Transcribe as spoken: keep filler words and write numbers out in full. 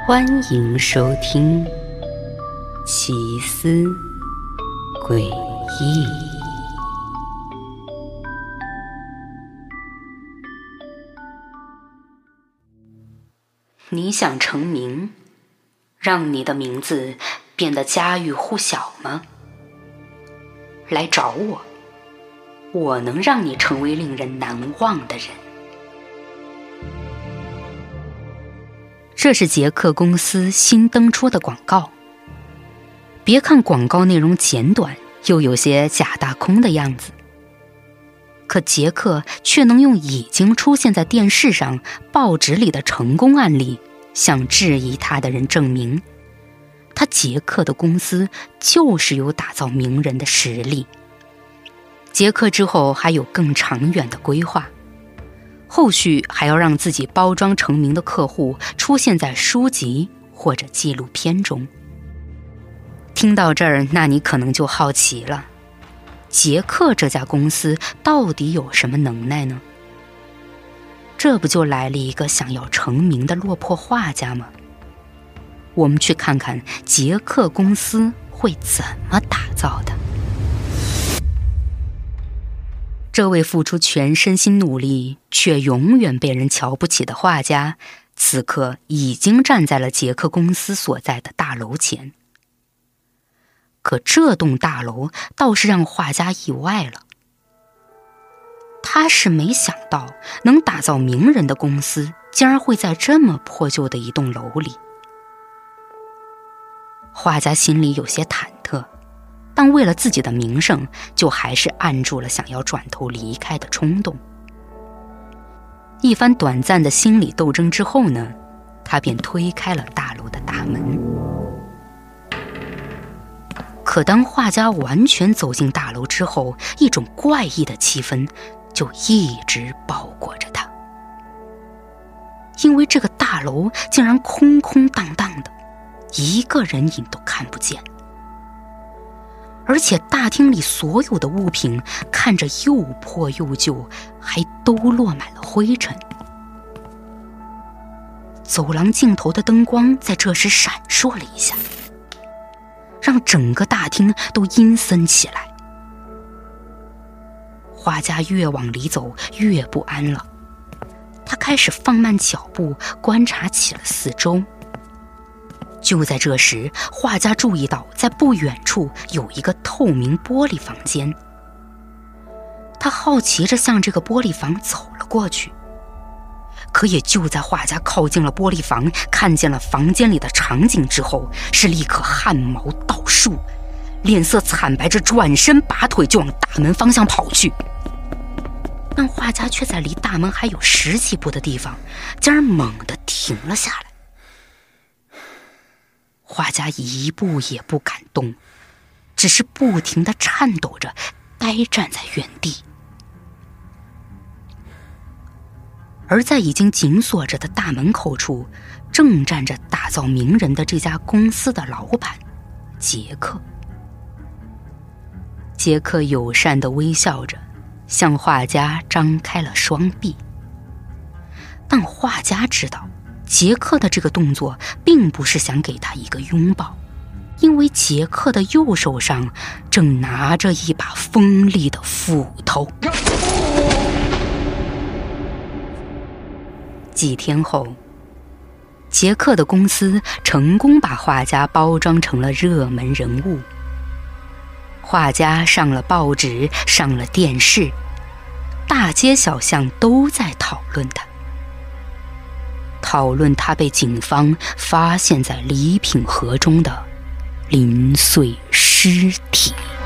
欢迎收听奇思诡异。你想成名，让你的名字变得家喻户晓吗？来找我，我能让你成为令人难忘的人。这是捷克公司新登出的广告。别看广告内容简短，又有些假大空的样子，可捷克却能用已经出现在电视上、报纸里的成功案例，向质疑他的人证明，他捷克的公司就是有打造名人的实力。捷克之后还有更长远的规划，后续还要让自己包装成名的客户出现在书籍或者纪录片中。听到这儿，那你可能就好奇了，捷克这家公司到底有什么能耐呢？这不就来了一个想要成名的落魄画家吗？我们去看看捷克公司会怎么打造的。这位付出全身心努力却永远被人瞧不起的画家，此刻已经站在了捷克公司所在的大楼前。可这栋大楼倒是让画家意外了，他是没想到能打造名人的公司竟然会在这么破旧的一栋楼里。画家心里有些忐忑，但为了自己的名声，就还是按住了想要转头离开的冲动。一番短暂的心理斗争之后呢，他便推开了大楼的大门。可当画家完全走进大楼之后，一种怪异的气氛就一直包裹着他。因为这个大楼竟然空空荡荡的，一个人影都看不见。而且大厅里所有的物品看着又破又旧，还都落满了灰尘。走廊尽头的灯光在这时闪烁了一下，让整个大厅都阴森起来。画家越往里走越不安了，他开始放慢脚步，观察起了四周。就在这时，画家注意到在不远处有一个透明玻璃房间。他好奇着向这个玻璃房走了过去。可也就在画家靠近了玻璃房，看见了房间里的场景之后，是立刻汗毛倒竖，脸色惨白着转身拔腿就往大门方向跑去。但画家却在离大门还有十几步的地方，竟然猛地停了下来。画家一步也不敢动，只是不停地颤抖着，呆站在原地。而在已经紧锁着的大门口处，正站着打造名人的这家公司的老板杰克。杰克友善地微笑着，向画家张开了双臂。但画家知道，杰克的这个动作并不是想给他一个拥抱，因为杰克的右手上正拿着一把锋利的斧头。几天后，杰克的公司成功把画家包装成了热门人物。画家上了报纸，上了电视，大街小巷都在讨论他。讨论他被警方发现在礼品盒中的零碎尸体。